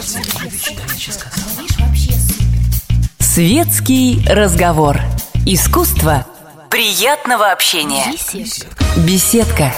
Светский разговор. Искусство приятного общения. Беседка.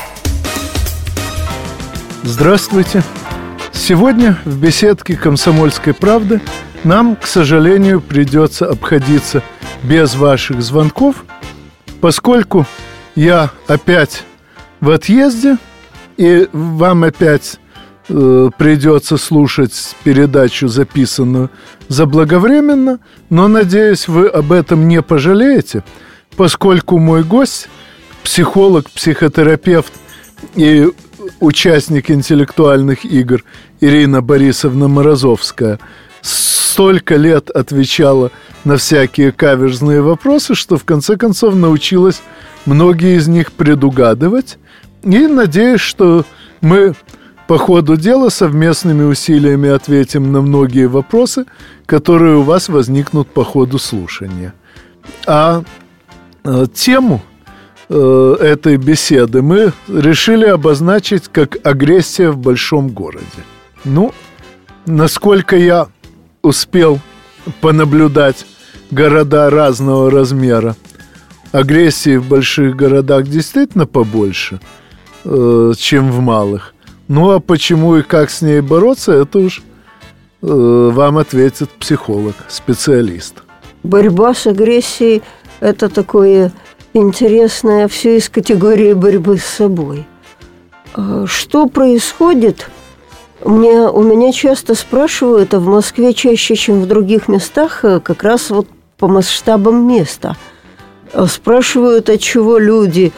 Здравствуйте. Сегодня в беседке «Комсомольской правды» нам, к сожалению, придется обходиться без ваших звонков, поскольку я опять в отъезде, и вам опять придется слушать передачу, записанную заблаговременно, но, надеюсь, вы об этом не пожалеете, поскольку мой гость, психолог, психотерапевт и участник интеллектуальных игр Ирина Борисовна Морозовская столько лет отвечала на всякие каверзные вопросы, что в конце концов научилась многие из них предугадывать. И надеюсь, что мы по ходу дела совместными усилиями ответим на многие вопросы, которые у вас возникнут по ходу слушания. А тему этой беседы мы решили обозначить как агрессия в большом городе. Ну, насколько я успел понаблюдать города разного размера, агрессии в больших городах действительно побольше, чем в малых. Ну, а почему и как с ней бороться, это уж вам ответит психолог, специалист. Борьба с агрессией – это такое интересное все из категории борьбы с собой. Что происходит? У меня часто спрашивают, а в Москве чаще, чем в других местах, как раз вот по масштабам места. Спрашивают, от чего люди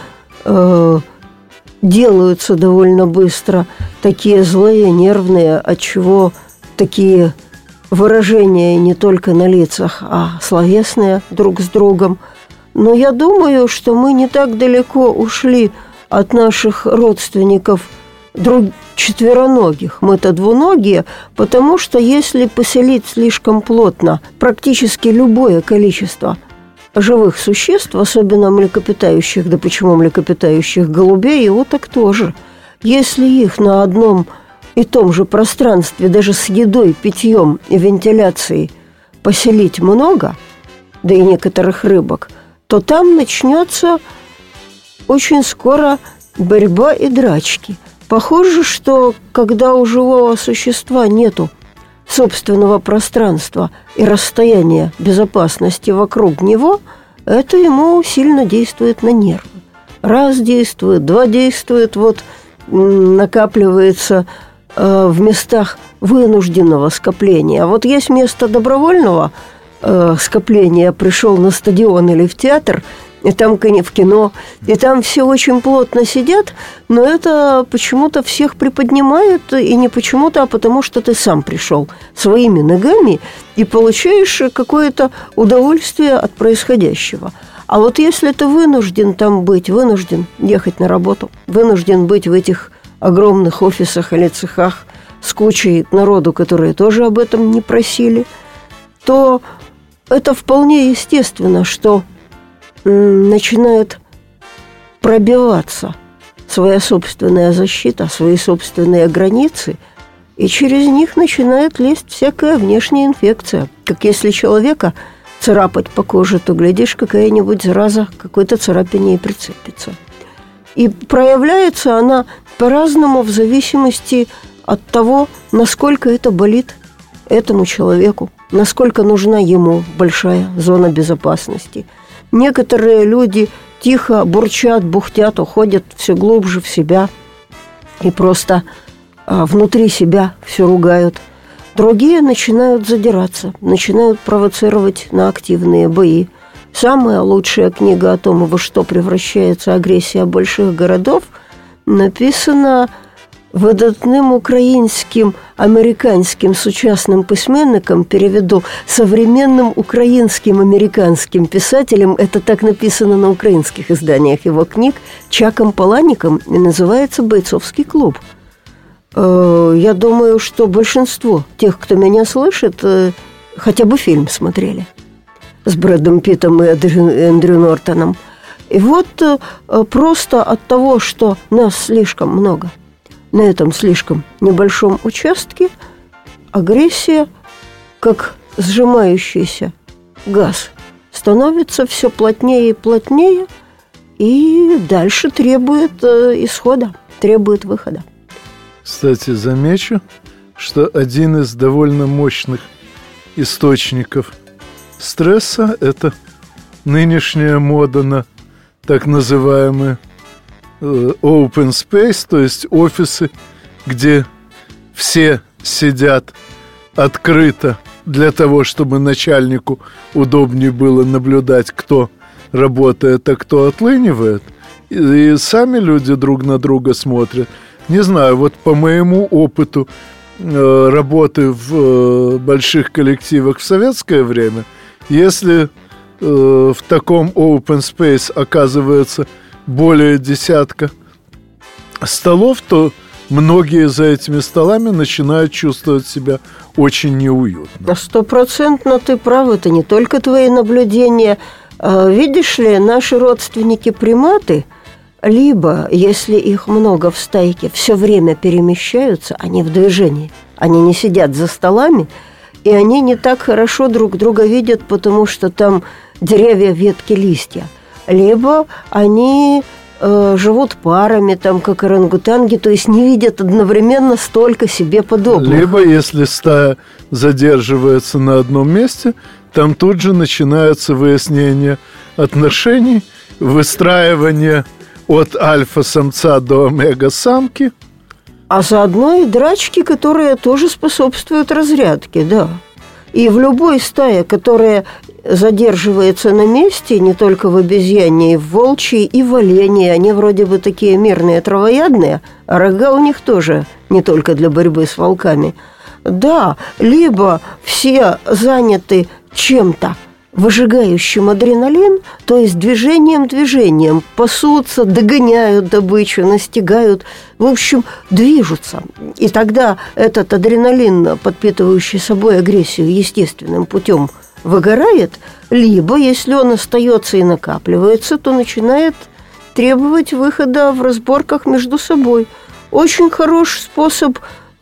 делаются довольно быстро такие злые, нервные, отчего такие выражения не только на лицах, а словесные друг с другом. Но я думаю, что мы не так далеко ушли от наших родственников четвероногих. Мы-то двуногие, потому что если поселить слишком плотно практически любое количество живых существ, особенно млекопитающих, да почему млекопитающих, голубей и уток тоже, если их на одном и том же пространстве, даже с едой, питьем и вентиляцией поселить много, да и некоторых рыбок, то там начнется очень скоро борьба и драчки. Похоже, что когда у живого существа нету собственного пространства и расстояния безопасности вокруг него, это ему сильно действует на нервы. Раз действует, два действует, вот накапливается в местах вынужденного скопления. А вот есть место добровольного скопления, пришел на стадион или в театр, и там в кино, и там все очень плотно сидят, но это почему-то всех приподнимает, и не почему-то, а потому что ты сам пришел своими ногами и получаешь какое-то удовольствие от происходящего. А вот если ты вынужден там быть, вынужден ехать на работу, вынужден быть в этих огромных офисах или цехах с кучей народу, которые тоже об этом не просили, то это вполне естественно, что начинает пробиваться своя собственная защита, свои собственные границы, и через них начинает лезть всякая внешняя инфекция. Как если человека царапать по коже, то, глядишь, какая-нибудь зараза какой-то царапине и прицепится. И проявляется она по-разному в зависимости от того, насколько это болит этому человеку, насколько нужна ему большая зона безопасности. Некоторые люди тихо бурчат, бухтят, уходят все глубже в себя и просто внутри себя все ругают. Другие начинают задираться, начинают провоцировать на активные бои. Самая лучшая книга о том, во что превращается агрессия больших городов, написана видатним українським, американским сучасным письменником, переведу, современным украинским американским писателем, это так написано на украинских изданиях его книг, Чаком Палаником, и называется «Бойцовский клуб». Я думаю, что большинство тех, кто меня слышит, хотя бы фильм смотрели с Брэдом Питтом и Эндрю Нортоном. И вот просто от того, что нас слишком много на этом слишком небольшом участке, агрессия, как сжимающийся газ, становится все плотнее и плотнее, и дальше требует исхода, требует выхода. Кстати, замечу, что один из довольно мощных источников стресса – это нынешняя мода на так называемый open space, то есть офисы, где все сидят открыто для того, чтобы начальнику удобнее было наблюдать, кто работает, а кто отлынивает. И сами люди друг на друга смотрят. Не знаю, вот по моему опыту работы в больших коллективах в советское время, если в таком open space оказывается более десятка столов, то многие за этими столами начинают чувствовать себя очень неуютно. 100% ты прав, это не только твои наблюдения. Видишь ли, наши родственники-приматы, либо, если их много в стайке, все время перемещаются, они в движении, они не сидят за столами, и они не так хорошо друг друга видят, потому что там деревья, ветки, листья. Либо они живут парами, там, как орангутанги, то есть не видят одновременно столько себе подобных. Либо, если стая задерживается на одном месте, там тут же начинается выяснение отношений, выстраивание от альфа-самца до омега-самки. А заодно и драчки, которые тоже способствуют разрядке, да. И в любой стае, которая задерживается на месте, не только в обезьяне, и в волчьей, и в оленей, они вроде бы такие мирные, травоядные, а рога у них тоже не только для борьбы с волками. Да, либо все заняты чем-то, выжигающим адреналин, то есть движением, пасутся, догоняют добычу, настигают, в общем, движутся. И тогда этот адреналин, подпитывающий собой агрессию, естественным путем выгорает, либо, если он остается и накапливается, то начинает требовать выхода в разборках между собой. Очень хороший способ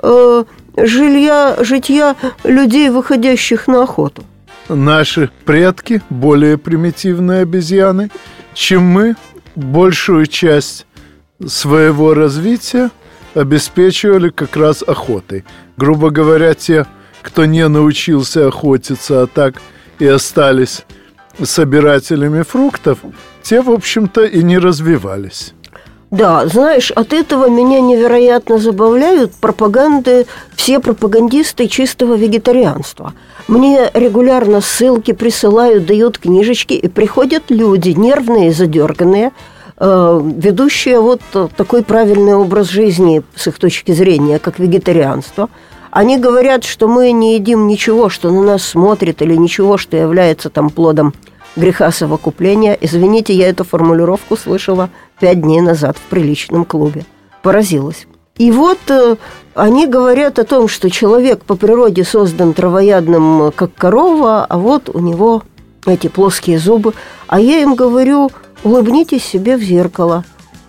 житья людей, выходящих на охоту. Наши предки, более примитивные обезьяны, чем мы, большую часть своего развития обеспечивали как раз охотой. Грубо говоря, те, кто не научился охотиться, а так и остались собирателями фруктов, те, в общем-то, и не развивались. Да, знаешь, от этого меня невероятно забавляют все пропагандисты чистого вегетарианства. Мне регулярно ссылки присылают, дают книжечки, и приходят люди нервные, задерганные, ведущие вот такой правильный образ жизни с их точки зрения, как вегетарианство. Они говорят, что мы не едим ничего, что на нас смотрит, или ничего, что является там плодом греха совокупления. Извините, я эту формулировку слышала 5 дней назад в приличном клубе. Поразилась. И вот они говорят о том, что человек по природе создан травоядным, как корова, а вот у него эти плоские зубы. А я им говорю, улыбнитесь себе в зеркало.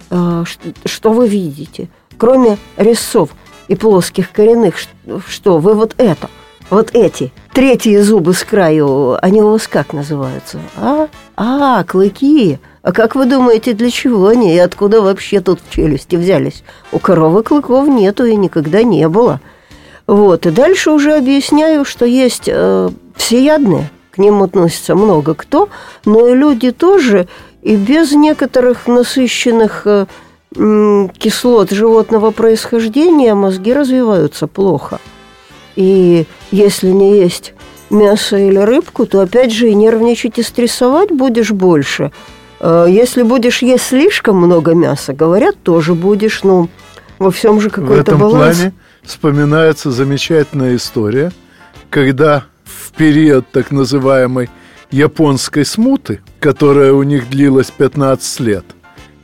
Что вы видите? Кроме резцов и плоских коренных, что вы вот эти третьи зубы с краю, они у вас как называются? Клыки. А как вы думаете, для чего они? И откуда вообще тут в челюсти взялись? У коровы клыков нету и никогда не было. Вот. И дальше уже объясняю, что есть всеядные, к ним относится много кто, но и люди тоже, и без некоторых насыщенных кислот животного происхождения мозги развиваются плохо. И если не есть мясо или рыбку, то опять же и нервничать и стрессовать будешь больше. Если будешь есть слишком много мяса, говорят, тоже будешь, во всем же какой-то баланс. В этом плане вспоминается замечательная история, когда в период так называемой японской смуты, которая у них длилась 15 лет, в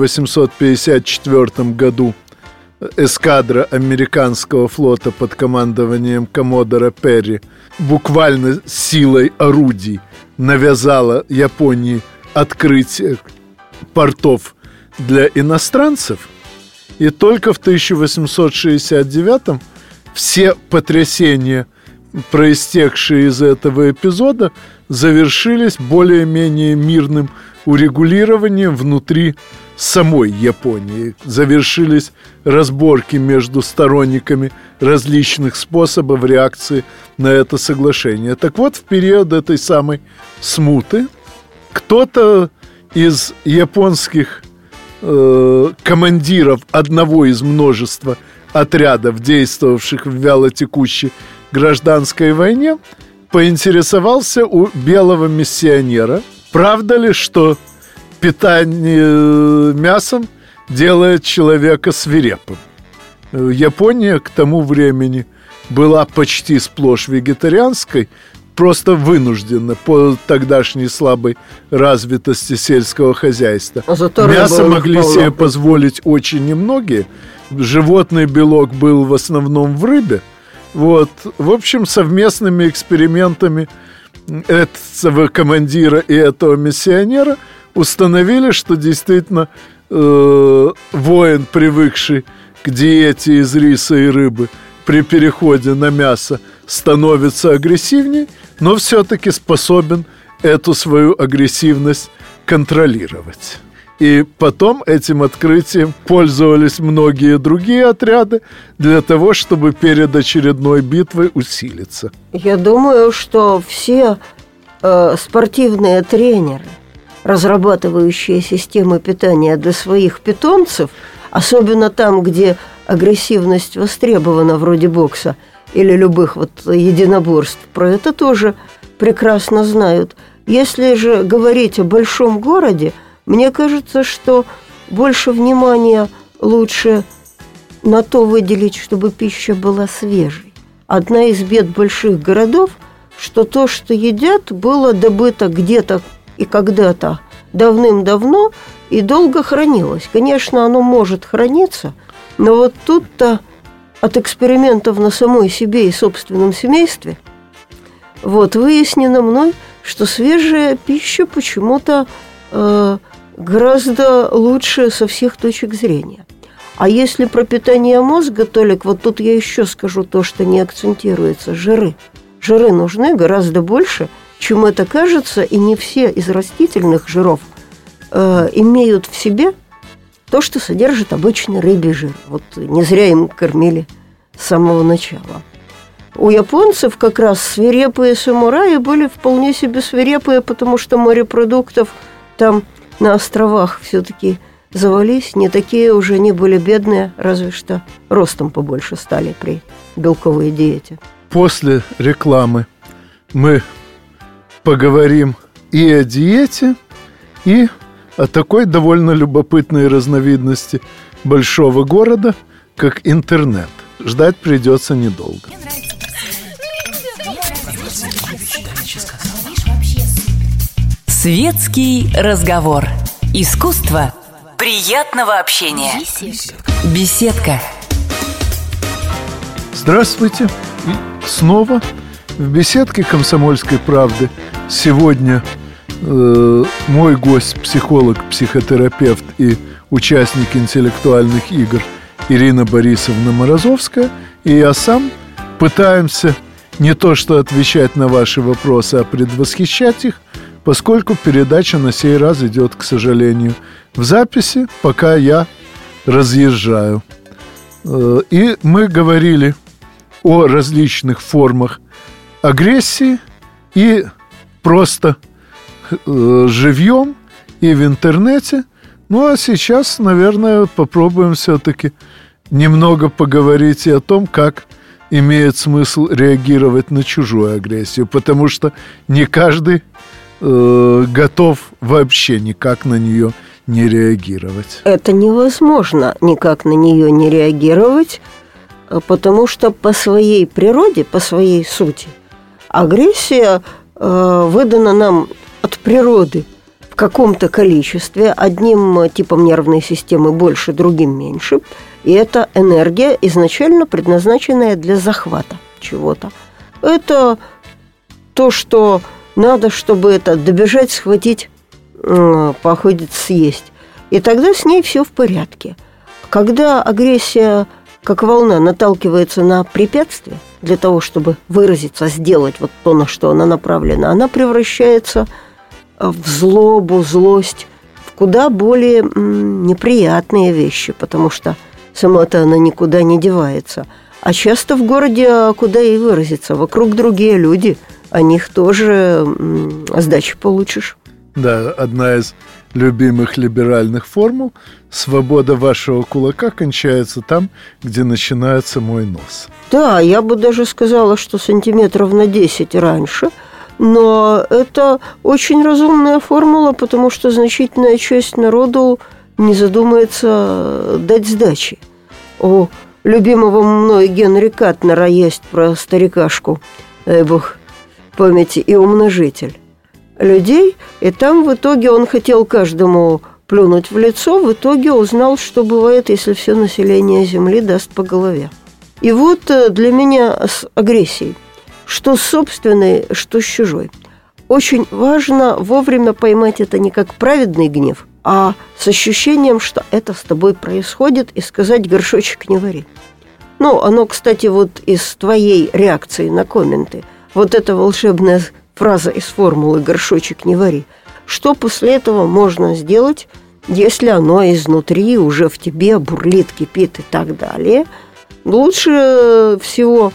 1854 году эскадра американского флота под командованием коммодора Перри буквально силой орудий навязала Японии открытие портов для иностранцев. И только в 1869 все потрясения, проистекшие из этого эпизода, завершились более-менее мирным урегулированием внутри самой Японии. Завершились разборки между сторонниками различных способов реакции на это соглашение. Так вот, в период этой самой смуты кто-то из японских командиров одного из множества отрядов, действовавших в вялотекущей гражданской войне, поинтересовался у белого миссионера, правда ли, что питание мясом делает человека свирепым. Япония к тому времени была почти сплошь вегетарианской, просто вынуждена по тогдашней слабой развитости сельского хозяйства. Мясо могли себе позволить очень немногие. Животный белок был в основном в рыбе. Вот. В общем, совместными экспериментами этого командира и этого миссионера установили, что действительно воин, привыкший к диете из риса и рыбы, при переходе на мясо становится агрессивнее, но все-таки способен эту свою агрессивность контролировать. И потом этим открытием пользовались многие другие отряды для того, чтобы перед очередной битвой усилиться. Я думаю, что все спортивные тренеры, разрабатывающие системы питания для своих питомцев, особенно там, где агрессивность востребована, вроде бокса или любых единоборств, про это тоже прекрасно знают. Если же говорить о большом городе, мне кажется, что больше внимания лучше на то выделить, чтобы пища была свежей. Одна из бед больших городов, что то, что едят, было добыто где-то и когда-то давным-давно и долго хранилось. Конечно, оно может храниться, но вот тут-то от экспериментов на самой себе и собственном семействе выяснено мной, что свежая пища почему-то гораздо лучше со всех точек зрения. А если про питание мозга, Толик, вот тут я еще скажу то, что не акцентируется. Жиры. Жиры нужны гораздо больше, чем это кажется, и не все из растительных жиров имеют в себе то, что содержит обычный рыбий жир. Вот не зря им кормили с самого начала. У японцев как раз свирепые самураи были вполне себе свирепые, потому что морепродуктов там на островах все-таки завались. Не такие уже не были бедные, разве что ростом побольше стали при белковой диете. После рекламы мы поговорим и о диете, и о такой довольно любопытной разновидности большого города, как интернет. Ждать придется недолго. Светский разговор. Искусство приятного общения. Беседка. Здравствуйте. И снова в беседке «Комсомольской правды» сегодня мой гость, психолог, психотерапевт и участник интеллектуальных игр Ирина Борисовна Морозовская. И я сам пытаемся не то что отвечать на ваши вопросы, а предвосхищать их, поскольку передача на сей раз идет, к сожалению, в записи, пока я разъезжаю. И мы говорили о различных формах агрессии и просто живьем, и в интернете. Ну, а сейчас, наверное, попробуем все-таки немного поговорить и о том, как имеет смысл реагировать на чужую агрессию, потому что не каждый готов вообще никак на нее не реагировать. Это невозможно никак на нее не реагировать, потому что по своей природе, по своей сути, агрессия выдана нам от природы в каком-то количестве, одним типом нервной системы больше, другим меньше. И это энергия, изначально предназначенная для захвата чего-то. Это то, что надо, чтобы это добежать, схватить, походить, съесть. И тогда с ней все в порядке. Когда агрессия как волна наталкивается на препятствие для того, чтобы выразиться, сделать вот то, на что она направлена, она превращается в злобу, злость, в куда более неприятные вещи, потому что сама-то она никуда не девается. А часто в городе куда ей выразиться? Вокруг другие люди, о них тоже сдачи получишь. Да, одна из любимых либеральных формул: свобода вашего кулака кончается там, где начинается мой нос. Да, я бы даже сказала, что сантиметров на 10 раньше, но это очень разумная формула, потому что значительная часть народу не задумается дать сдачи. У любимого мной Генри Катнера есть про старикашку, дай бог памяти, и умножитель людей, и там в итоге он хотел каждому плюнуть в лицо, в итоге узнал, что бывает, если все население Земли даст по голове. И вот для меня с агрессией, что с собственной, что с чужой, очень важно вовремя поймать это не как праведный гнев, а с ощущением, что это с тобой происходит, и сказать: горшочек не вари. Ну, оно, кстати, вот из твоей реакции на комменты, вот эта волшебная фраза из формулы «горшочек не вари». Что после этого можно сделать, если оно изнутри уже в тебе бурлит, кипит и так далее? Лучше всего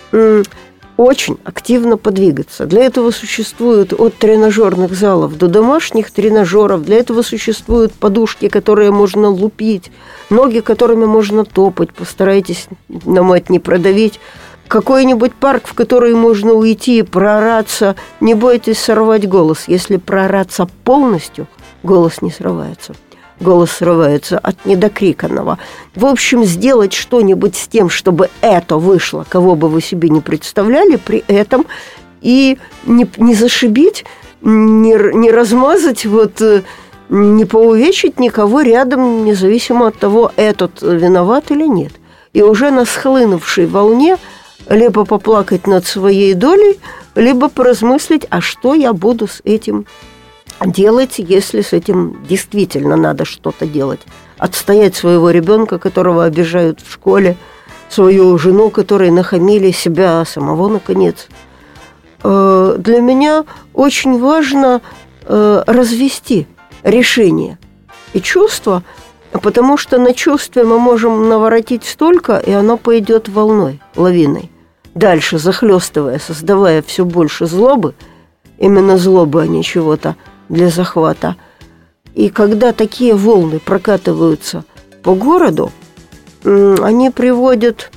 очень активно подвигаться. Для этого существуют от тренажерных залов до домашних тренажеров. Для этого существуют подушки, которые можно лупить, ноги, которыми можно топать. Постарайтесь на мать не продавить. Какой-нибудь парк, в который можно уйти, проораться. Не бойтесь сорвать голос. Если проораться полностью, голос не срывается. Голос срывается от недокриканного. В общем, сделать что-нибудь с тем, чтобы это вышло, кого бы вы себе не представляли, при этом и не зашибить, не размазать, не поувечить никого рядом, независимо от того, этот виноват или нет. И уже на схлынувшей волне либо поплакать над своей долей, либо поразмыслить, а что я буду с этим делать, если с этим действительно надо что-то делать. Отстоять своего ребенка, которого обижают в школе, свою жену, которой нахамили, себя самого, наконец. Для меня очень важно развести решение и чувство, потому что на чувстве мы можем наворотить столько, и оно пойдет волной, лавиной. Дальше, захлестывая, создавая все больше злобы, именно злобы, а не чего-то для захвата. И когда такие волны прокатываются по городу, они приводят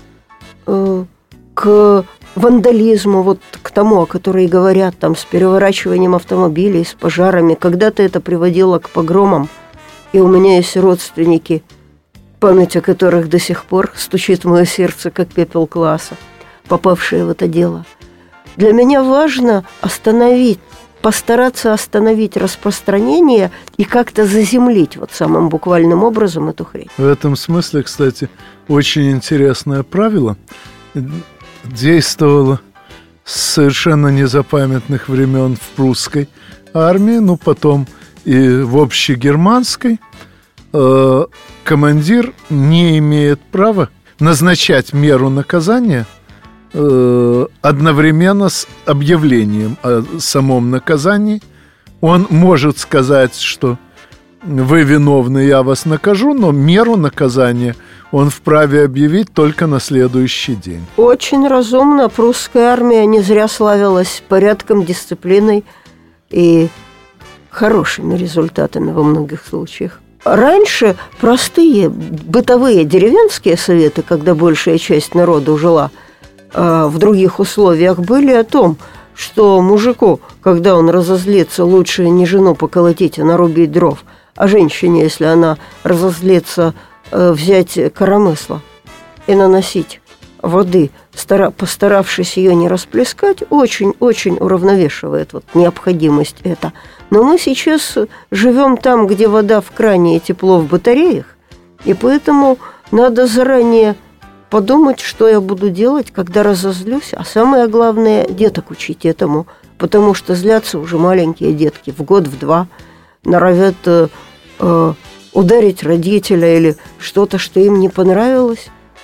к вандализму, вот к тому, о котором говорят, там, с переворачиванием автомобилей, с пожарами. Когда-то это приводило к погромам. И у меня есть родственники, память о которых до сих пор стучит в мое сердце, как пепел класса, попавшие в это дело. Для меня важно постараться остановить распространение и как-то заземлить вот самым буквальным образом эту хрень. В этом смысле, кстати, очень интересное правило действовало с совершенно незапамятных времен в прусской армии, потом и в общегерманской. Командир не имеет права назначать меру наказания одновременно с объявлением о самом наказании. Он может сказать, что вы виновны, я вас накажу, но меру наказания он вправе объявить только на следующий день. Очень разумно. Прусская армия не зря славилась порядком, дисциплиной и хорошими результатами во многих случаях. Раньше простые бытовые деревенские советы, когда большая часть народа жила в других условиях, были о том, что мужику, когда он разозлится, лучше не жену поколотить, а нарубить дров, а женщине, если она разозлится, взять коромысло и наносить воды, постаравшись ее не расплескать, очень-очень уравновешивает необходимость это. Но мы сейчас живем там, где вода в кране и тепло в батареях, и поэтому надо заранее подумать, что я буду делать, когда разозлюсь, а самое главное, деток учить этому, потому что злятся уже маленькие детки, в год, в два, норовят ударить родителя или что-то, что им не понравилось.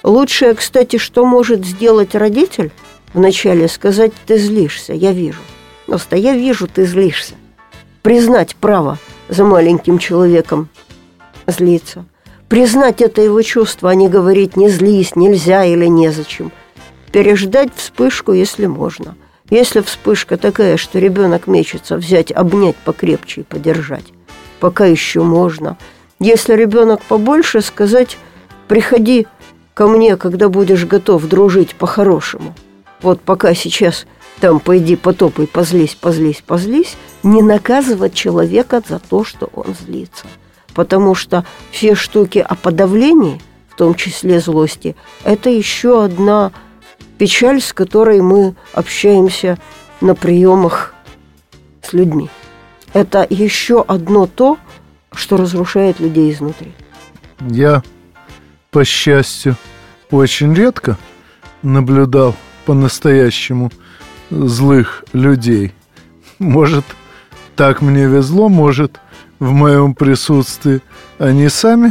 Лучшее, кстати, что может сделать родитель, вначале сказать: ты злишься, я вижу. Просто я вижу, ты злишься. Признать право за маленьким человеком злиться. Признать это его чувство, а не говорить: не злись, нельзя или незачем. Переждать вспышку, если можно. Если вспышка такая, что ребенок мечется, взять, обнять покрепче и подержать, пока еще можно. Если ребенок побольше, сказать: приходи ко мне, когда будешь готов дружить по-хорошему. Вот пока сейчас там пойди потопай, позлись, не наказывать человека за то, что он злится. Потому что все штуки о подавлении, в том числе злости, это еще одна печаль, с которой мы общаемся на приемах с людьми. Это еще одно то, что разрушает людей изнутри. Я, по счастью, очень редко наблюдал по-настоящему злых людей. Может, так мне везло, может, в моем присутствии они сами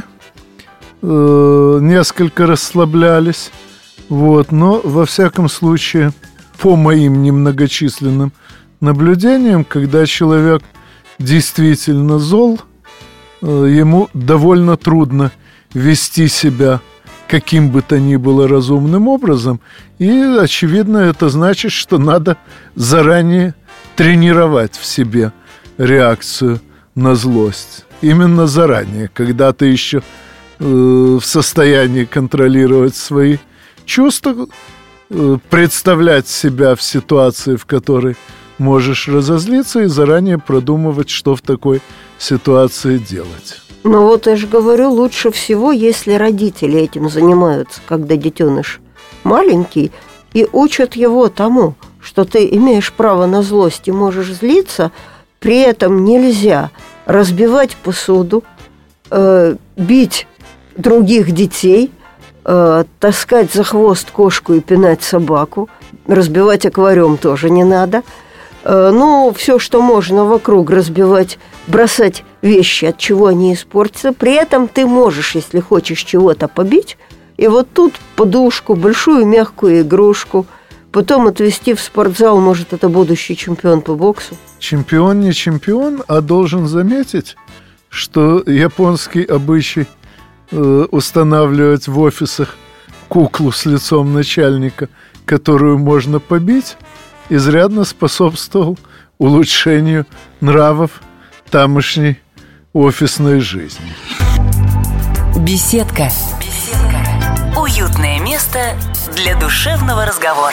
несколько расслаблялись. Вот, но, во всяком случае, по моим немногочисленным наблюдениям, когда человек действительно зол, ему довольно трудно вести себя каким бы то ни было разумным образом. И, очевидно, это значит, что надо заранее тренировать в себе реакцию на злость. Именно заранее, когда ты еще в состоянии контролировать свои чувства, представлять себя в ситуации, в которой можешь разозлиться, и заранее продумывать, что в такой ситуации делать. Ну вот я же говорю, лучше всего, если родители этим занимаются, когда детеныш маленький, и учат его тому, что ты имеешь право на злость и можешь злиться, при этом нельзя разбивать посуду, бить других детей, таскать за хвост кошку и пинать собаку, разбивать аквариум тоже не надо. Ну, все, что можно вокруг разбивать, бросать вещи, от чего они испортятся. При этом ты можешь, если хочешь чего-то побить, и вот тут подушку, большую мягкую игрушку, потом отвезти в спортзал, может, это будущий чемпион по боксу. Чемпион не чемпион, а должен заметить, что японский обычай устанавливать в офисах куклу с лицом начальника, которую можно побить, изрядно способствовал улучшению нравов тамошней офисной жизни. Беседка. Беседка. Уютное место для душевного разговора.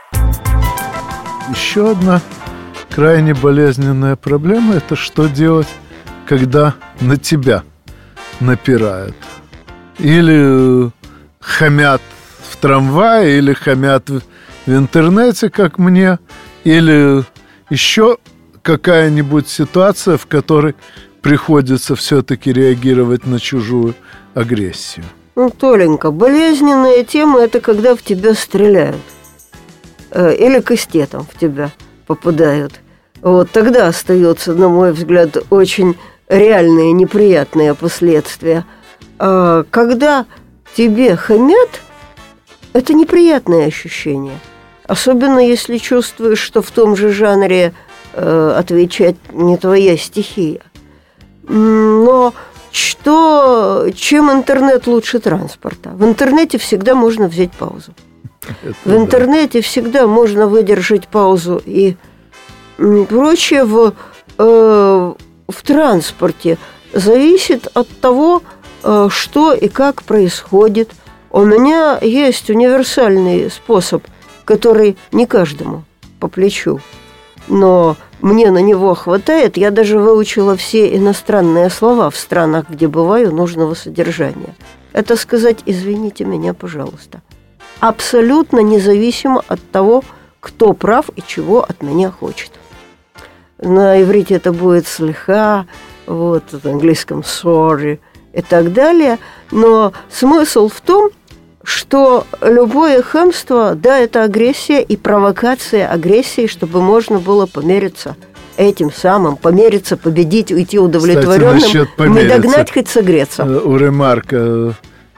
Еще одна крайне болезненная проблема – это что делать, когда на тебя напирают. Или хамят в трамвае, или хамят в интернете, как мне, или еще какая-нибудь ситуация, в которой приходится все-таки реагировать на чужую агрессию. Ну, Толенька, болезненная тема – это когда в тебя стреляют. Или кастетом в тебя попадают. Вот тогда остается, на мой взгляд, очень реальные неприятные последствия. А когда тебе хамят, это неприятное ощущение. Особенно если чувствуешь, что в том же жанре отвечать не твоя стихия. Но чем интернет лучше транспорта? В интернете всегда можно взять паузу. В интернете всегда можно выдержать паузу. И прочее в транспорте зависит от того, что и как происходит. У меня есть универсальный способ, который не каждому по плечу, но мне на него хватает. Я даже выучила все иностранные слова в странах, где бываю, нужного содержания. Это сказать: извините меня, пожалуйста. Абсолютно независимо от того, кто прав и чего от меня хочет. На иврите это будет слиха, вот, в английском sorry и так далее. Но смысл в том, что любое хамство, да, это агрессия и провокация агрессии, чтобы можно было помериться этим самым, помериться, победить, уйти удовлетворенным, не догнать, хоть согреться. У Ремарка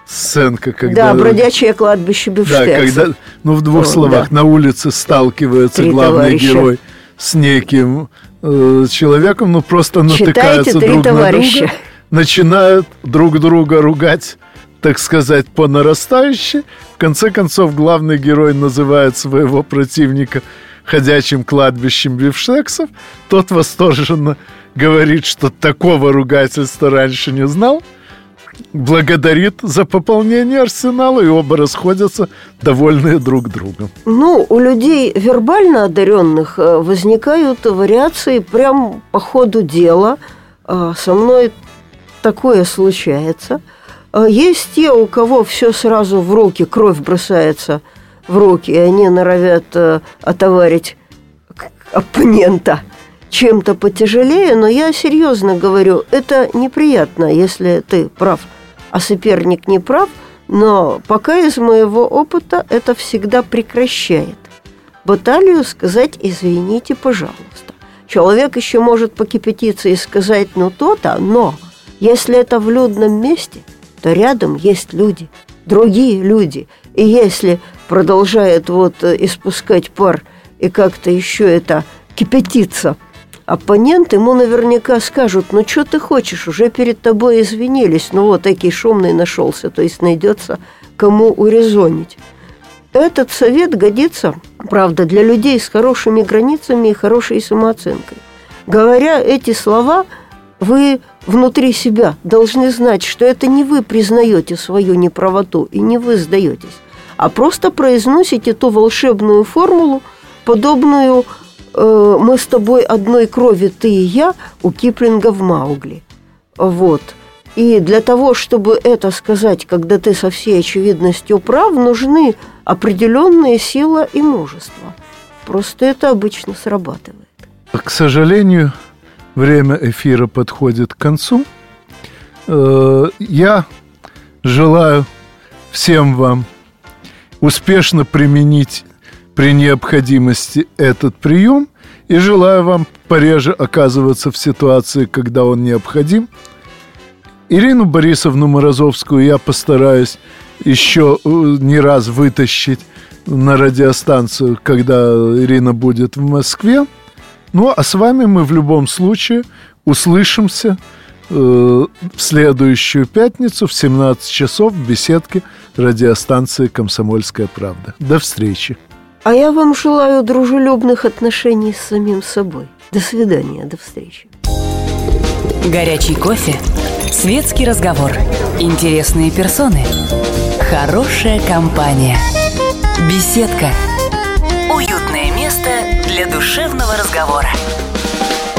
сценка, когда... Да, бродячее кладбище бифштексов. Да, когда, в двух словах, на улице сталкивается Три главный товарища. герой с неким человеком, просто натыкаются «Три друг товарища». на друга, начинают друг друга ругать, так сказать, по нарастающей. В конце концов, главный герой называет своего противника ходячим кладбищем бифштексов. Тот восторженно говорит, что такого ругательства раньше не знал, благодарит за пополнение арсенала, и оба расходятся, довольные друг другом. У людей вербально одаренных возникают вариации прям по ходу дела. Со мной такое случается. Есть те, у кого все сразу в руки, кровь бросается в руки, и они норовят отоварить оппонента чем-то потяжелее, но я серьезно говорю, это неприятно, если ты прав, а соперник не прав, но пока из моего опыта это всегда прекращает баталию, сказать «извините, пожалуйста». Человек еще может покипятиться и сказать то-то, но если это в людном месте, то рядом есть люди, другие люди, и если продолжает испускать пар и как-то еще это кипятиться, оппонент ему наверняка скажут: что ты хочешь, уже перед тобой извинились, такой шумный нашелся, то есть найдется кому урезонить. Этот совет годится, правда, для людей с хорошими границами и хорошей самооценкой. Говоря эти слова, вы внутри себя должны знать, что это не вы признаете свою неправоту и не вы сдаетесь, а просто произносите ту волшебную формулу, подобную «мы с тобой одной крови, ты и я» у Киплинга в «Маугли». И для того, чтобы это сказать, когда ты со всей очевидностью прав, нужны определенная сила и мужество. Просто это обычно срабатывает. К сожалению, время эфира подходит к концу. Я желаю всем вам успешно применить при необходимости этот прием, и желаю вам пореже оказываться в ситуации, когда он необходим. Ирину Борисовну Морозовскую я постараюсь еще не раз вытащить на радиостанцию, когда Ирина будет в Москве. А с вами мы в любом случае услышимся в следующую пятницу в 17 часов в беседке радиостанции «Комсомольская правда». До встречи. А я вам желаю дружелюбных отношений с самим собой. До свидания, до встречи. Горячий кофе, светский разговор, интересные персоны, хорошая компания, беседка. Уютное место для душевного разговора.